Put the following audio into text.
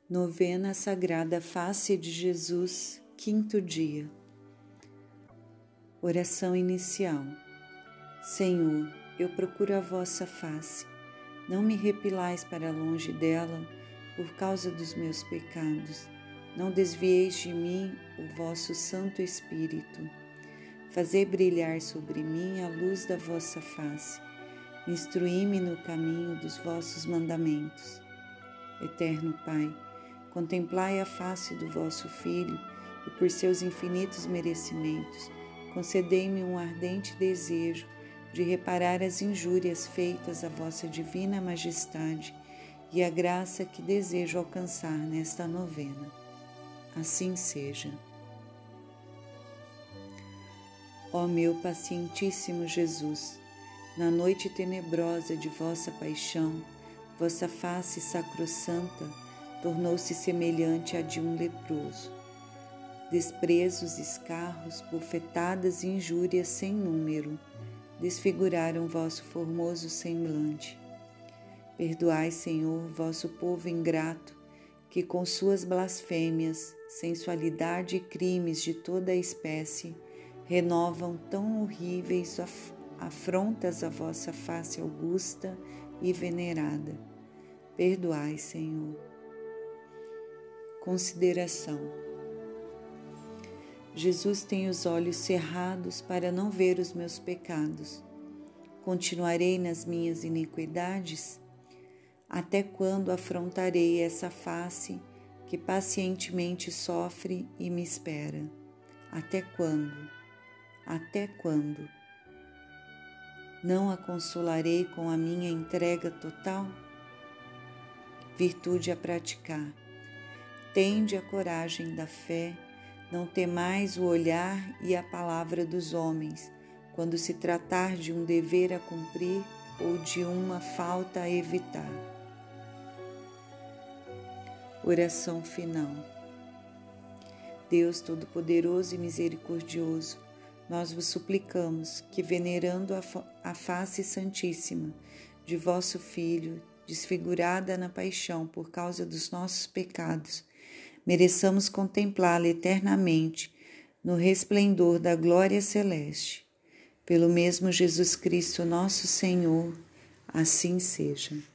Novena Sagrada Face de Jesus, 5º dia. Oração inicial. Senhor, eu procuro a vossa face. Não me repelais para longe dela por causa dos meus pecados. Não desvieis de mim o vosso Santo Espírito. Fazei brilhar sobre mim a luz da vossa face. Instruí-me no caminho dos vossos mandamentos. Eterno Pai, contemplai a face do vosso Filho e, por seus infinitos merecimentos, concedei-me um ardente desejo de reparar as injúrias feitas à vossa divina majestade e a graça que desejo alcançar nesta novena. Assim seja. Ó meu pacientíssimo Jesus, na noite tenebrosa de vossa paixão, vossa face sacrossanta tornou-se semelhante à de um leproso. Desprezos, escarros, bofetadas e injúrias sem número desfiguraram vosso formoso semblante. Perdoai, Senhor, vosso povo ingrato, que com suas blasfêmias, sensualidade e crimes de toda a espécie renovam tão horríveis afrontas à vossa face augusta e venerada. Perdoai, Senhor. Consideração. Jesus tem os olhos cerrados para não ver os meus pecados. Continuarei nas minhas iniquidades? Até quando afrontarei essa face que pacientemente sofre e me espera? Até quando? Até quando? Não a consolarei com a minha entrega total? Virtude a praticar. Tende a coragem da fé, não temais o olhar e a palavra dos homens, quando se tratar de um dever a cumprir ou de uma falta a evitar. Oração final. Deus Todo-Poderoso e Misericordioso, nós vos suplicamos que, venerando a face santíssima de vosso Filho, desfigurada na paixão por causa dos nossos pecados, mereçamos contemplá-la eternamente no resplendor da glória celeste. Pelo mesmo Jesus Cristo, nosso Senhor, assim seja.